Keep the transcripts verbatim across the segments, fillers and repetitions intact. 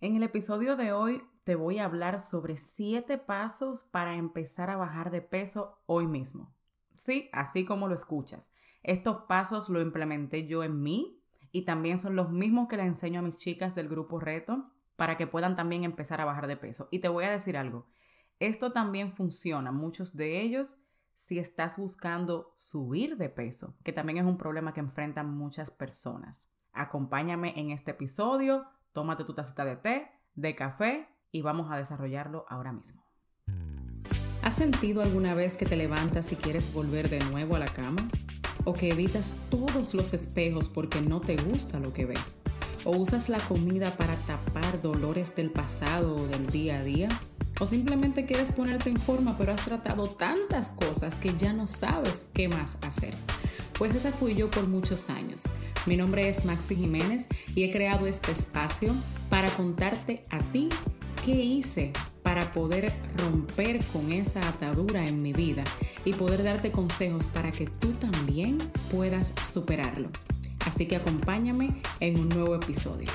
En el episodio de hoy te voy a hablar sobre siete pasos para empezar a bajar de peso hoy mismo. Sí, así como lo escuchas. Estos pasos lo implementé yo en mí y también son los mismos que le enseño a mis chicas del grupo Reto para que puedan también empezar a bajar de peso. Y te voy a decir algo, esto también funciona, muchos de ellos, si estás buscando subir de peso, que también es un problema que enfrentan muchas personas. Acompáñame en este episodio. Tómate tu tacita de té, de café y vamos a desarrollarlo ahora mismo. ¿Has sentido alguna vez que te levantas y quieres volver de nuevo a la cama? ¿O que evitas todos los espejos porque no te gusta lo que ves? ¿O usas la comida para tapar dolores del pasado o del día a día? ¿O simplemente quieres ponerte en forma pero has tratado tantas cosas que ya no sabes qué más hacer? Pues esa fui yo por muchos años. Mi nombre es Maxi Jiménez y he creado este espacio para contarte a ti qué hice para poder romper con esa atadura en mi vida y poder darte consejos para que tú también puedas superarlo. Así que acompáñame en un nuevo episodio.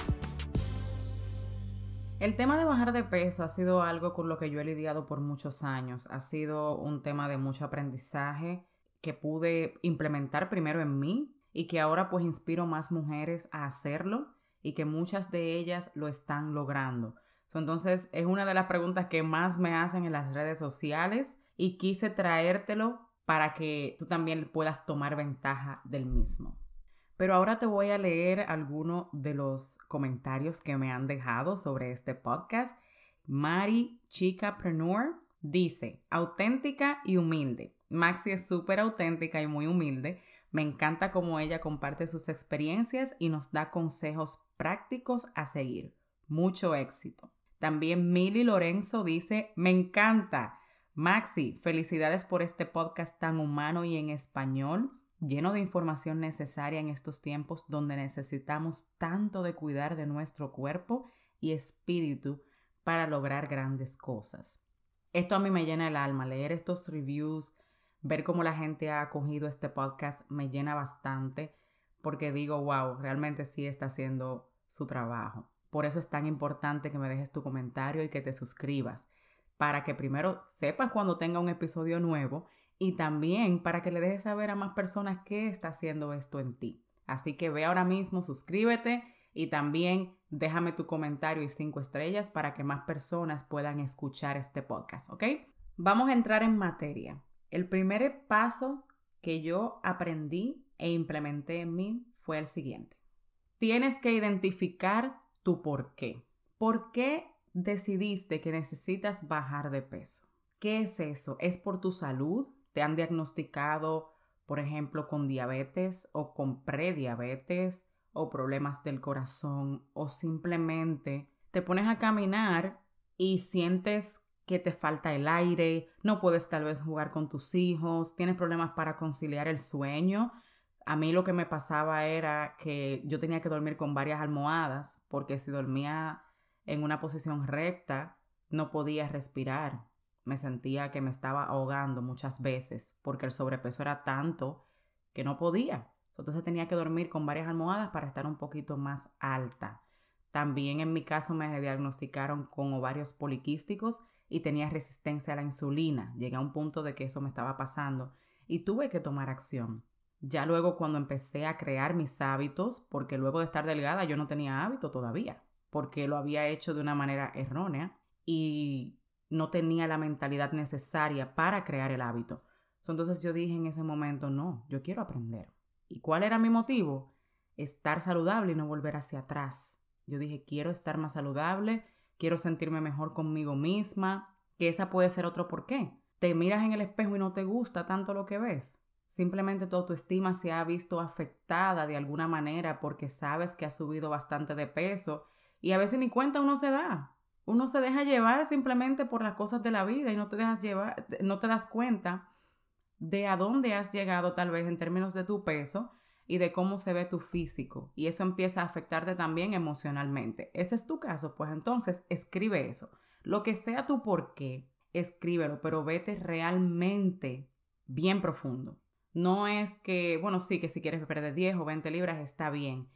El tema de bajar de peso ha sido algo con lo que yo he lidiado por muchos años. Ha sido un tema de mucho aprendizaje que pude implementar primero en mí y que ahora pues inspiro más mujeres a hacerlo y que muchas de ellas lo están logrando. Entonces es una de las preguntas que más me hacen en las redes sociales y quise traértelo para que tú también puedas tomar ventaja del mismo. Pero ahora te voy a leer algunos de los comentarios que me han dejado sobre este podcast. Mari Chicapreneur dice, auténtica y humilde. Maxi es súper auténtica y muy humilde. Me encanta cómo ella comparte sus experiencias y nos da consejos prácticos a seguir. Mucho éxito. También Mili Lorenzo dice, me encanta. Maxi, felicidades por este podcast tan humano y en español, lleno de información necesaria en estos tiempos donde necesitamos tanto de cuidar de nuestro cuerpo y espíritu para lograr grandes cosas. Esto a mí me llena el alma, leer estos reviews, ver cómo la gente ha acogido este podcast me llena bastante porque digo, wow, realmente sí está haciendo su trabajo. Por eso es tan importante que me dejes tu comentario y que te suscribas para que primero sepas cuando tenga un episodio nuevo y también para que le dejes saber a más personas qué está haciendo esto en ti. Así que ve ahora mismo, suscríbete y también déjame tu comentario y cinco estrellas para que más personas puedan escuchar este podcast, ¿ok? Vamos a entrar en materia. El primer paso que yo aprendí e implementé en mí fue el siguiente. Tienes que identificar tu por qué. ¿Por qué decidiste que necesitas bajar de peso? ¿Qué es eso? ¿Es por tu salud? ¿Te han diagnosticado, por ejemplo, con diabetes o con prediabetes o problemas del corazón? ¿O simplemente te pones a caminar y sientes que te falta el aire, no puedes tal vez jugar con tus hijos, tienes problemas para conciliar el sueño? A mí lo que me pasaba era que yo tenía que dormir con varias almohadas porque si dormía en una posición recta no podía respirar. Me sentía que me estaba ahogando muchas veces porque el sobrepeso era tanto que no podía. Entonces tenía que dormir con varias almohadas para estar un poquito más alta. También en mi caso me diagnosticaron con ovarios poliquísticos y tenía resistencia a la insulina. Llegué a un punto de que eso me estaba pasando y tuve que tomar acción. Ya luego cuando empecé a crear mis hábitos, porque luego de estar delgada yo no tenía hábito todavía, porque lo había hecho de una manera errónea y no tenía la mentalidad necesaria para crear el hábito. Entonces yo dije en ese momento, no, yo quiero aprender. ¿Y cuál era mi motivo? Estar saludable y no volver hacia atrás. Yo dije, quiero estar más saludable, quiero sentirme mejor conmigo misma, que esa puede ser otro porqué. Te miras en el espejo y no te gusta tanto lo que ves. Simplemente tu autoestima se ha visto afectada de alguna manera porque sabes que has subido bastante de peso y a veces ni cuenta uno se da. Uno se deja llevar simplemente por las cosas de la vida y no te dejas llevar, no te das cuenta de a dónde has llegado tal vez en términos de tu peso y de cómo se ve tu físico. Y eso empieza a afectarte también emocionalmente. ¿Ese es tu caso? Pues entonces escribe eso. Lo que sea tu porqué, escríbelo, pero vete realmente bien profundo. No es que, bueno, sí, que si quieres perder diez o veinte libras está bien,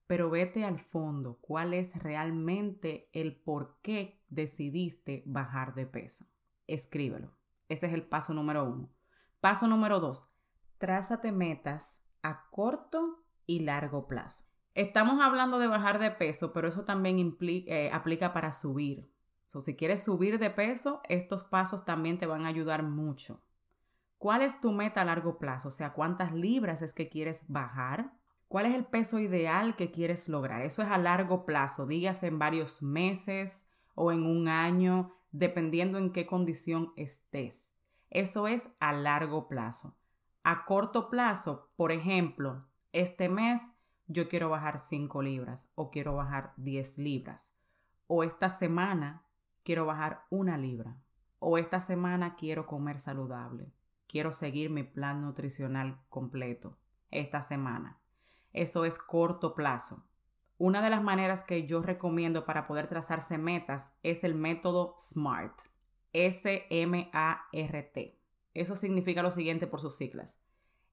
pero vete al fondo. ¿Cuál es realmente el por qué decidiste bajar de peso? Escríbelo. Ese es el paso número uno. Paso número dos. Trázate metas a corto y largo plazo. Estamos hablando de bajar de peso, pero eso también implica, eh, aplica para subir. So, si quieres subir de peso, estos pasos también te van a ayudar mucho. ¿Cuál es tu meta a largo plazo? O sea, ¿cuántas libras es que quieres bajar? ¿Cuál es el peso ideal que quieres lograr? Eso es a largo plazo, dígase en varios meses o en un año, dependiendo en qué condición estés. Eso es a largo plazo. A corto plazo, por ejemplo, este mes yo quiero bajar cinco libras o quiero bajar diez libras. O esta semana quiero bajar una libra. O esta semana quiero comer saludable. Quiero seguir mi plan nutricional completo esta semana. Eso es corto plazo. Una de las maneras que yo recomiendo para poder trazarse metas es el método SMART. S M A R T. Eso significa lo siguiente por sus siglas.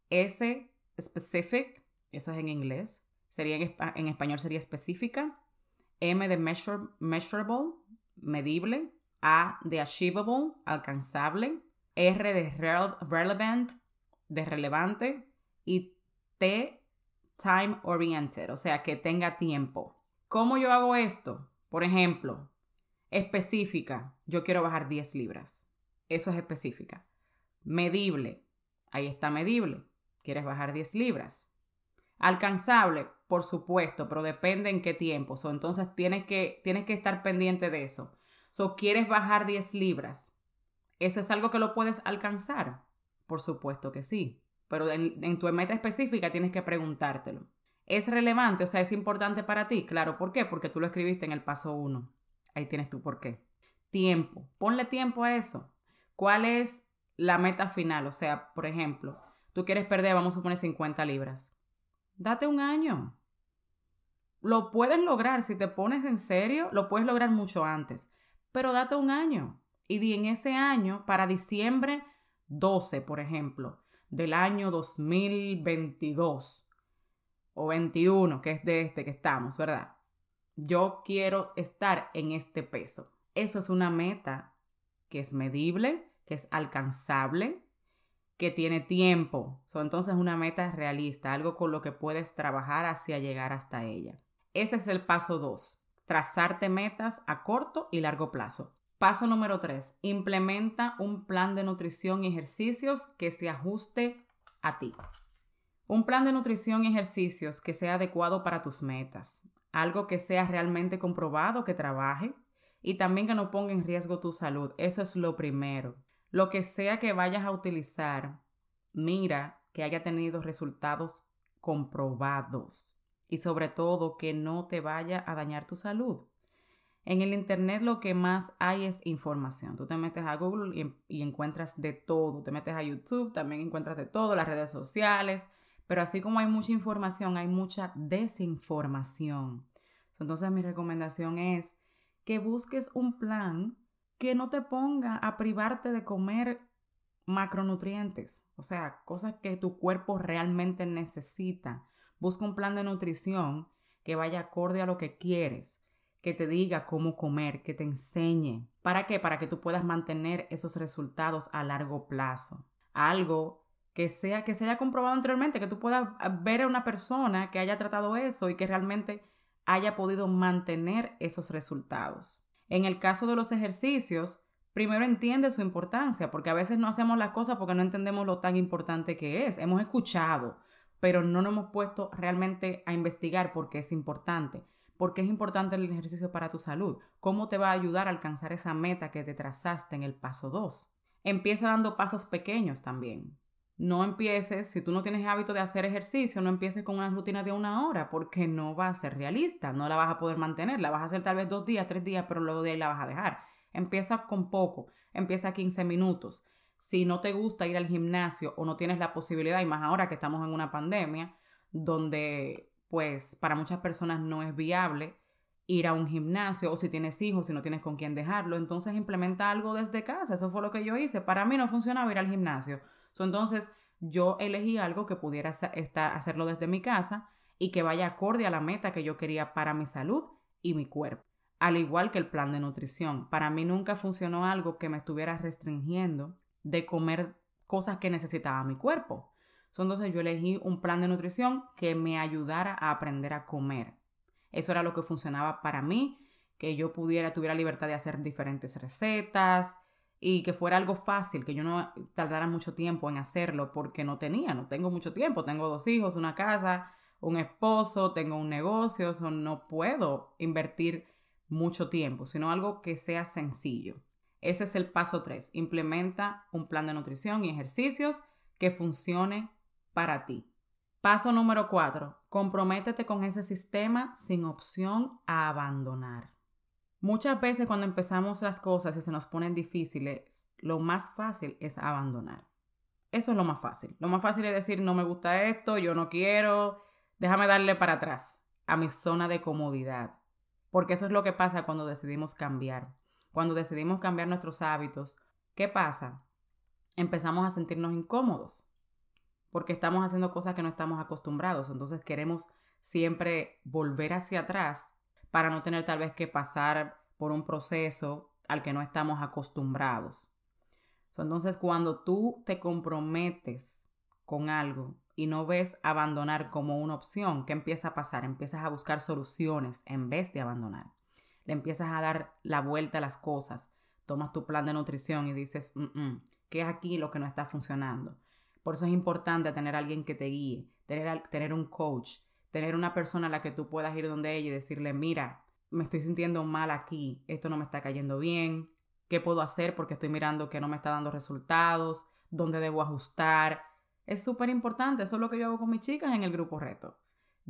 S, specific, eso es en inglés. Sería en, en español sería específica. M de measure, measurable, medible. A de achievable, alcanzable. R de rele- relevant, de relevante. Y T, time oriented, o sea, que tenga tiempo. ¿Cómo yo hago esto? Por ejemplo, específica, yo quiero bajar diez libras. Eso es específica. Medible, ahí está medible. ¿Quieres bajar diez libras? Alcanzable, por supuesto, pero depende en qué tiempo. So, entonces tienes que, tienes que estar pendiente de eso. So, ¿quieres bajar diez libras? ¿Eso es algo que lo puedes alcanzar? Por supuesto que sí. Pero en, en tu meta específica tienes que preguntártelo. ¿Es relevante? O sea, ¿es importante para ti? Claro, ¿por qué? Porque tú lo escribiste en el paso uno. Ahí tienes tu por qué. Tiempo. Ponle tiempo a eso. ¿Cuál es la meta final? O sea, por ejemplo, tú quieres perder, vamos a poner cincuenta libras. Date un año. Lo puedes lograr. Si te pones en serio, lo puedes lograr mucho antes. Pero date un año. Y di en ese año, para diciembre doce, por ejemplo, del año dos mil veintidós o veintiuno, que es de este que estamos, ¿verdad? Yo quiero estar en este peso. Eso es una meta que es medible, que es alcanzable, que tiene tiempo. So, entonces una meta realista, algo con lo que puedes trabajar hacia llegar hasta ella. Ese es el paso dos. Trazarte metas a corto y largo plazo. Paso número tres. Implementa un plan de nutrición y ejercicios que se ajuste a ti. Un plan de nutrición y ejercicios que sea adecuado para tus metas. Algo que sea realmente comprobado, que trabaje y también que no ponga en riesgo tu salud. Eso es lo primero. Lo que sea que vayas a utilizar, mira que haya tenido resultados comprobados y sobre todo que no te vaya a dañar tu salud. En el internet lo que más hay es información. Tú te metes a Google y, y encuentras de todo. Te metes a YouTube, también encuentras de todo, las redes sociales. Pero así como hay mucha información, hay mucha desinformación. Entonces mi recomendación es que busques un plan que no te ponga a privarte de comer macronutrientes. O sea, cosas que tu cuerpo realmente necesita. Busca un plan de nutrición que vaya acorde a lo que quieres, que te diga cómo comer, que te enseñe. ¿Para qué? Para que tú puedas mantener esos resultados a largo plazo. Algo que sea que se haya comprobado anteriormente, que tú puedas ver a una persona que haya tratado eso y que realmente haya podido mantener esos resultados. En el caso de los ejercicios, primero entiende su importancia, porque a veces no hacemos las cosas porque no entendemos lo tan importante que es. Hemos escuchado, pero no nos hemos puesto realmente a investigar por qué es importante. ¿Por qué es importante el ejercicio para tu salud? ¿Cómo te va a ayudar a alcanzar esa meta que te trazaste en el paso dos? Empieza dando pasos pequeños también. No empieces, si tú no tienes hábito de hacer ejercicio, no empieces con una rutina de una hora porque no va a ser realista, no la vas a poder mantener, la vas a hacer tal vez dos días, tres días, pero luego de ahí la vas a dejar. Empieza con poco, empieza quince minutos. Si no te gusta ir al gimnasio o no tienes la posibilidad, y más ahora que estamos en una pandemia, donde pues para muchas personas no es viable ir a un gimnasio, o si tienes hijos, si no tienes con quién dejarlo, entonces implementa algo desde casa. Eso fue lo que yo hice. Para mí no funcionaba ir al gimnasio. So, entonces yo elegí algo que pudiera estar, hacerlo desde mi casa y que vaya acorde a la meta que yo quería para mi salud y mi cuerpo. Al igual que el plan de nutrición, para mí nunca funcionó algo que me estuviera restringiendo de comer cosas que necesitaba mi cuerpo. Entonces yo elegí un plan de nutrición que me ayudara a aprender a comer. Eso era lo que funcionaba para mí, que yo pudiera, tuviera libertad de hacer diferentes recetas y que fuera algo fácil, que yo no tardara mucho tiempo en hacerlo porque no tenía, no tengo mucho tiempo, tengo dos hijos, una casa, un esposo, tengo un negocio, eso no puedo invertir mucho tiempo, sino algo que sea sencillo. Ese es el paso tres. Implementa un plan de nutrición y ejercicios que funcione para ti. Paso número cuatro. Comprométete con ese sistema sin opción a abandonar. Muchas veces cuando empezamos las cosas y se nos ponen difíciles, lo más fácil es abandonar. Eso es lo más fácil. Lo más fácil es decir, no me gusta esto, yo no quiero, déjame darle para atrás a mi zona de comodidad. Porque eso es lo que pasa cuando decidimos cambiar. Cuando decidimos cambiar nuestros hábitos, ¿qué pasa? Empezamos a sentirnos incómodos porque estamos haciendo cosas que no estamos acostumbrados. Entonces queremos siempre volver hacia atrás para no tener tal vez que pasar por un proceso al que no estamos acostumbrados. Entonces, cuando tú te comprometes con algo y no ves abandonar como una opción, ¿qué empieza a pasar? Empiezas a buscar soluciones en vez de abandonar. Le empiezas a dar la vuelta a las cosas. Tomas tu plan de nutrición y dices, mm-mm, ¿qué es aquí lo que no está funcionando? Por eso es importante tener a alguien que te guíe, tener, tener un coach, tener una persona a la que tú puedas ir donde ella y decirle, mira, me estoy sintiendo mal aquí, esto no me está cayendo bien, ¿qué puedo hacer porque estoy mirando que no me está dando resultados? ¿Dónde debo ajustar? Es súper importante, eso es lo que yo hago con mis chicas en el grupo reto.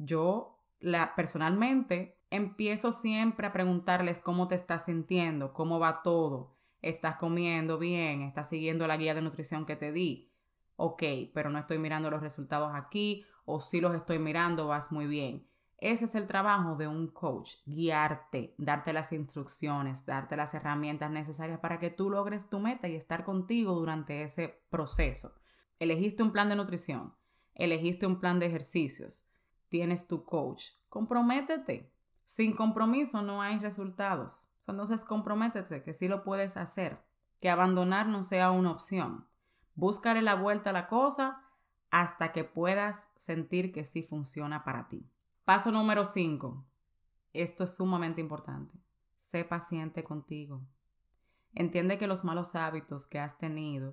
Yo la, personalmente empiezo siempre a preguntarles cómo te estás sintiendo, cómo va todo, estás comiendo bien, estás siguiendo la guía de nutrición que te di. Ok, pero no estoy mirando los resultados aquí, o si los estoy mirando, vas muy bien. Ese es el trabajo de un coach, guiarte, darte las instrucciones, darte las herramientas necesarias para que tú logres tu meta y estar contigo durante ese proceso. Elegiste un plan de nutrición, elegiste un plan de ejercicios, tienes tu coach, comprométete. Sin compromiso no hay resultados. Entonces comprométete que sí lo puedes hacer, que abandonar no sea una opción. Búscale la vuelta a la cosa hasta que puedas sentir que sí funciona para ti. Paso número cinco. Esto es sumamente importante. Sé paciente contigo. Entiende que los malos hábitos que has tenido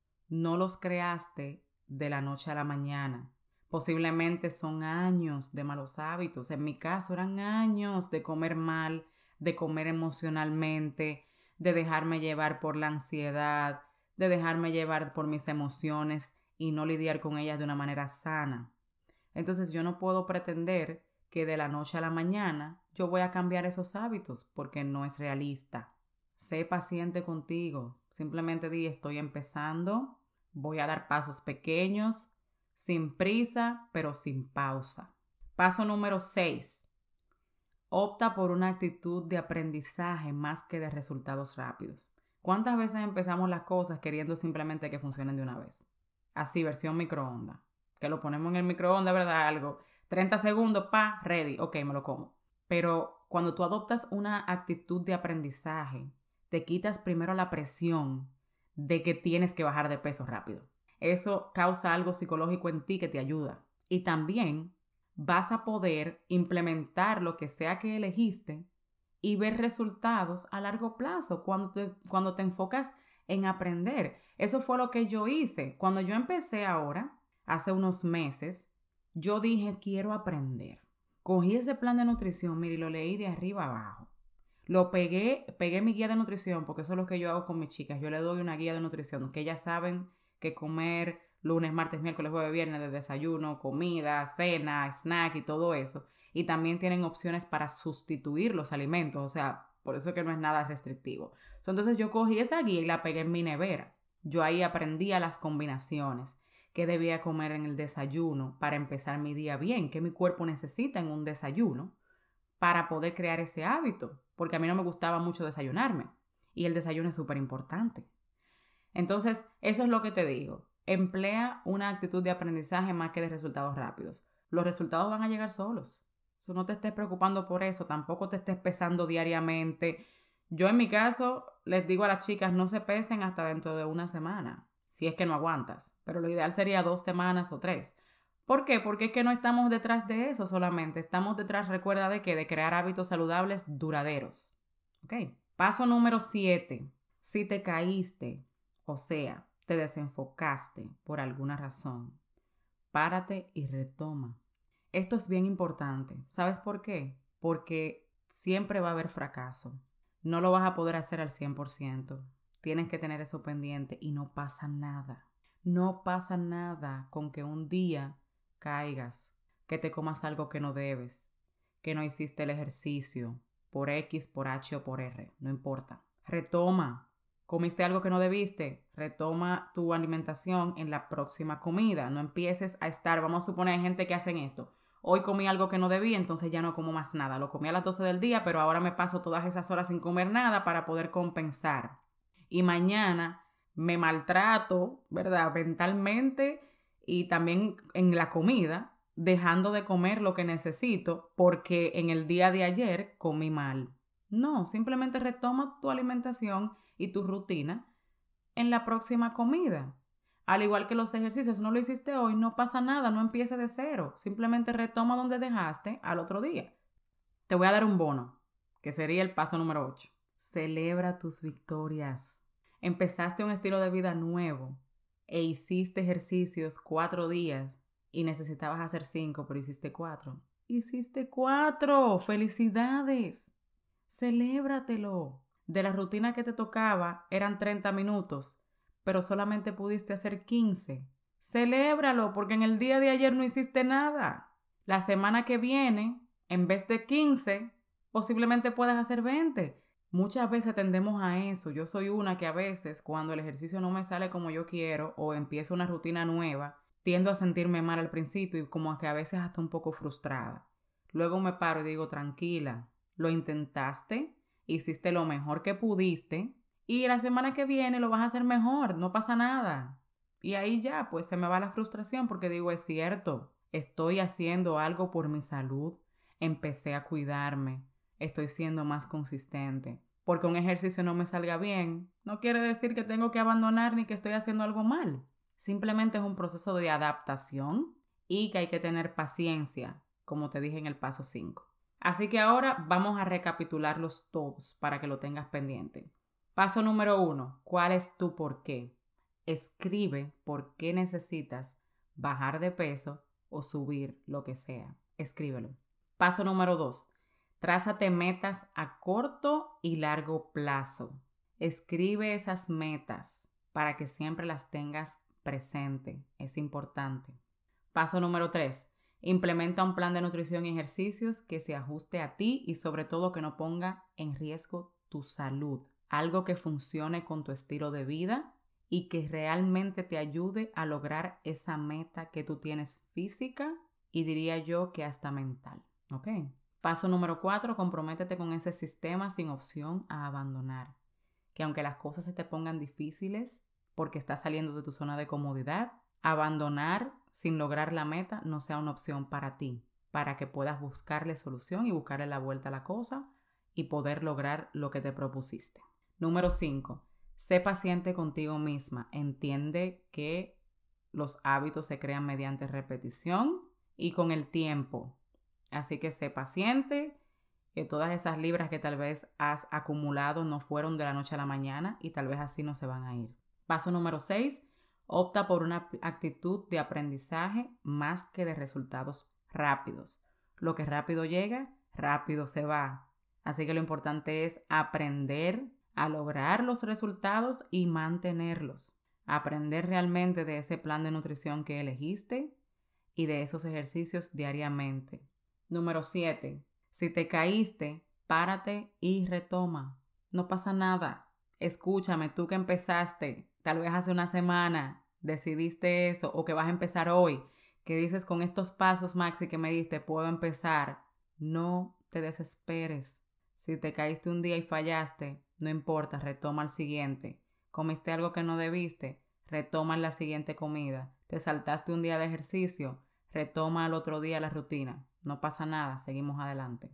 no los creaste de la noche a la mañana. Posiblemente son años de malos hábitos. En mi caso eran años de comer mal, de comer emocionalmente, de dejarme llevar por la ansiedad, de dejarme llevar por mis emociones y no lidiar con ellas de una manera sana. Entonces yo no puedo pretender que de la noche a la mañana yo voy a cambiar esos hábitos porque no es realista. Sé paciente contigo. Simplemente di, estoy empezando, voy a dar pasos pequeños, sin prisa, pero sin pausa. Paso número seis. Opta por una actitud de aprendizaje más que de resultados rápidos. ¿Cuántas veces empezamos las cosas queriendo simplemente que funcionen de una vez? Así, versión microondas. Que lo ponemos en el microondas, ¿verdad? Algo. treinta segundos, pa, ready. Ok, me lo como. Pero cuando tú adoptas una actitud de aprendizaje, te quitas primero la presión de que tienes que bajar de peso rápido. Eso causa algo psicológico en ti que te ayuda. Y también vas a poder implementar lo que sea que elegiste y ver resultados a largo plazo cuando te, cuando te enfocas en aprender. Eso fue lo que yo hice. Cuando yo empecé ahora, hace unos meses, yo dije, quiero aprender. Cogí ese plan de nutrición, mire, y lo leí de arriba abajo. Lo pegué, pegué mi guía de nutrición, porque eso es lo que yo hago con mis chicas. Yo le doy una guía de nutrición, que ellas saben que comer lunes, martes, miércoles, jueves, viernes de desayuno, comida, cena, snack y todo eso. Y también tienen opciones para sustituir los alimentos, o sea, por eso es que no es nada restrictivo. Entonces yo cogí esa guía y la pegué en mi nevera. Yo ahí aprendía las combinaciones, qué debía comer en el desayuno para empezar mi día bien, qué mi cuerpo necesita en un desayuno para poder crear ese hábito, porque a mí no me gustaba mucho desayunarme y el desayuno es súper importante. Entonces, eso es lo que te digo. Emplea una actitud de aprendizaje más que de resultados rápidos. los resultados van a llegar solos. So, no te estés preocupando por eso, tampoco te estés pesando diariamente. Yo en mi caso les digo a las chicas no se pesen hasta dentro de una semana, si es que no aguantas, pero lo ideal sería dos semanas o tres. ¿Por qué? Porque es que no estamos detrás de eso solamente, estamos detrás, recuerda de que de crear hábitos saludables duraderos. ¿Ok? Paso número siete. Si te caíste, o sea, te desenfocaste por alguna razón, párate y retoma. Esto es bien importante. ¿Sabes por qué? Porque siempre va a haber fracaso. No lo vas a poder hacer al cien por ciento. Tienes que tener eso pendiente y no pasa nada. No pasa nada con que un día caigas, que te comas algo que no debes, que no hiciste el ejercicio por X, por H o por R. No importa. Retoma. ¿Comiste algo que no debiste? Retoma tu alimentación en la próxima comida. No empieces a estar, vamos a suponer, hay gente que hacen esto. Hoy comí algo que no debía, entonces ya no como más nada. Lo comí a las doce del día, pero ahora me paso todas esas horas sin comer nada para poder compensar. Y mañana me maltrato, ¿verdad? Mentalmente y también en la comida, dejando de comer lo que necesito porque en el día de ayer comí mal. No, simplemente retoma tu alimentación y tu rutina en la próxima comida. Al igual que los ejercicios, no lo hiciste hoy, no pasa nada, no empieces de cero. Simplemente retoma donde dejaste al otro día. Te voy a dar un bono, que sería el paso número ocho. Celebra tus victorias. Empezaste un estilo de vida nuevo e hiciste ejercicios cuatro días y necesitabas hacer cinco, pero hiciste cuatro. ¡Hiciste cuatro! ¡Felicidades! Celébratelo. De la rutina que te tocaba eran treinta minutos, pero solamente pudiste hacer quince. Celébralo porque en el día de ayer no hiciste nada. La semana que viene, en vez de quince, posiblemente puedas hacer veinte. Muchas veces tendemos a eso. Yo soy una que a veces, cuando el ejercicio no me sale como yo quiero o empiezo una rutina nueva, tiendo a sentirme mal al principio y como que a veces hasta un poco frustrada. Luego me paro y digo, tranquila, lo intentaste, hiciste lo mejor que pudiste y la semana que viene lo vas a hacer mejor, no pasa nada. Y ahí ya, pues se me va la frustración porque digo, es cierto, estoy haciendo algo por mi salud, empecé a cuidarme, estoy siendo más consistente. Porque un ejercicio no me salga bien, no quiere decir que tengo que abandonar ni que estoy haciendo algo mal. Simplemente es un proceso de adaptación y que hay que tener paciencia, como te dije en el paso cinco. Así que ahora vamos a recapitularlos todos para que lo tengas pendiente. Paso número uno, ¿cuál es tu por qué? Escribe por qué necesitas bajar de peso o subir lo que sea. Escríbelo. Paso número dos, trázate metas a corto y largo plazo. Escribe esas metas para que siempre las tengas presente. Es importante. Paso número tres, implementa un plan de nutrición y ejercicios que se ajuste a ti y sobre todo que no ponga en riesgo tu salud. Algo que funcione con tu estilo de vida y que realmente te ayude a lograr esa meta que tú tienes física y diría yo que hasta mental. ¿Ok? Paso número cuatro, comprométete con ese sistema sin opción a abandonar. Que aunque las cosas se te pongan difíciles porque estás saliendo de tu zona de comodidad, abandonar sin lograr la meta no sea una opción para ti, para que puedas buscarle solución y buscarle la vuelta a la cosa y poder lograr lo que te propusiste. Número cinco, sé paciente contigo misma. Entiende que los hábitos se crean mediante repetición y con el tiempo. Así que sé paciente, que todas esas libras que tal vez has acumulado no fueron de la noche a la mañana y tal vez así no se van a ir. Paso número seis, opta por una actitud de aprendizaje más que de resultados rápidos. Lo que rápido llega, rápido se va. Así que lo importante es aprender a lograr los resultados y mantenerlos. Aprender realmente de ese plan de nutrición que elegiste y de esos ejercicios diariamente. Número siete. Si te caíste, párate y retoma. No pasa nada. Escúchame, tú que empezaste, tal vez hace una semana, decidiste eso o que vas a empezar hoy, que dices con estos pasos, Maxi, que me diste, puedo empezar. No te desesperes. Si te caíste un día y fallaste, no importa, retoma el siguiente. Comiste algo que no debiste, retoma en la siguiente comida. Te saltaste un día de ejercicio, retoma al otro día la rutina. No pasa nada, seguimos adelante.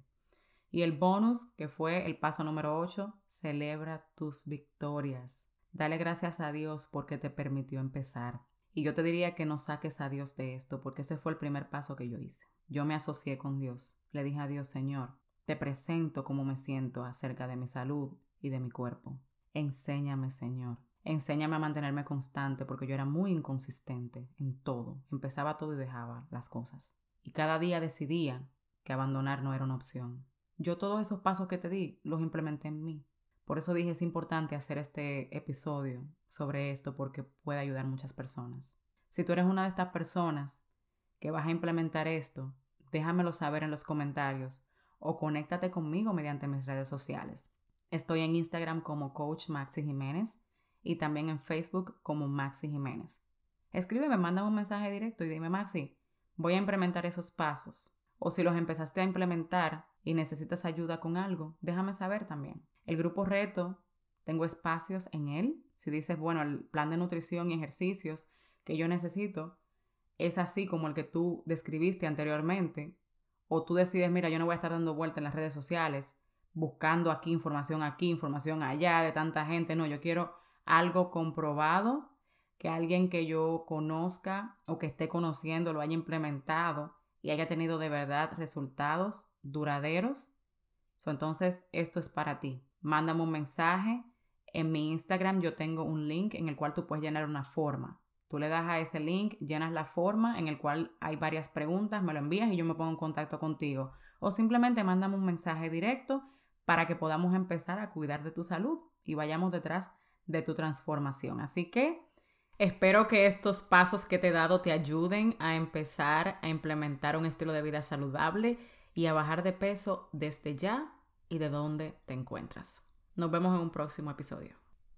Y el bonus, que fue el paso número ocho, celebra tus victorias. Dale gracias a Dios porque te permitió empezar. Y yo te diría que no saques a Dios de esto, porque ese fue el primer paso que yo hice. Yo me asocié con Dios. Le dije a Dios, Señor, te presento cómo me siento acerca de mi salud y de mi cuerpo. Enséñame, Señor. Enséñame a mantenerme constante, porque yo era muy inconsistente en todo. Empezaba todo y dejaba las cosas. Y cada día decidía que abandonar no era una opción. Yo todos esos pasos que te di los implementé en mí. Por eso dije, es importante hacer este episodio sobre esto porque puede ayudar a muchas personas. Si tú eres una de estas personas que vas a implementar esto, déjamelo saber en los comentarios o conéctate conmigo mediante mis redes sociales. Estoy en Instagram como Coach Maxi Jiménez y también en Facebook como Maxi Jiménez. Escríbeme, mándame un mensaje directo y dime, Maxi, voy a implementar esos pasos. O si los empezaste a implementar y necesitas ayuda con algo, déjame saber también. El grupo reto, tengo espacios en él. Si dices, bueno, el plan de nutrición y ejercicios que yo necesito es así como el que tú describiste anteriormente, o tú decides, mira, yo no voy a estar dando vuelta en las redes sociales, buscando aquí información aquí, información allá de tanta gente. No, yo quiero algo comprobado, que alguien que yo conozca o que esté conociendo lo haya implementado y haya tenido de verdad resultados duraderos. So, entonces, esto es para ti. Mándame un mensaje. En mi Instagram yo tengo un link en el cual tú puedes llenar una forma. Tú le das a ese link, llenas la forma en el cual hay varias preguntas, me lo envías y yo me pongo en contacto contigo. O simplemente mándame un mensaje directo para que podamos empezar a cuidar de tu salud y vayamos detrás de tu transformación. Así que espero que estos pasos que te he dado te ayuden a empezar a implementar un estilo de vida saludable y a bajar de peso desde ya y de donde te encuentras. Nos vemos en un próximo episodio.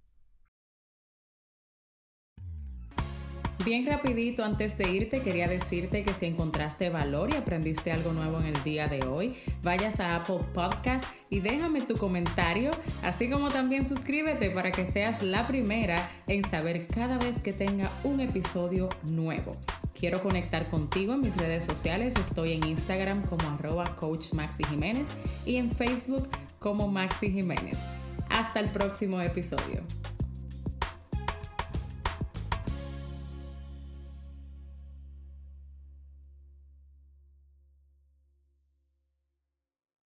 Bien rapidito, antes de irte, quería decirte que si encontraste valor y aprendiste algo nuevo en el día de hoy, vayas a Apple Podcast y déjame tu comentario, así como también suscríbete para que seas la primera en saber cada vez que tenga un episodio nuevo. Quiero conectar contigo en mis redes sociales. Estoy en Instagram como arroba Coach Maxi Jiménez y en Facebook como Maxi Jiménez. Hasta el próximo episodio.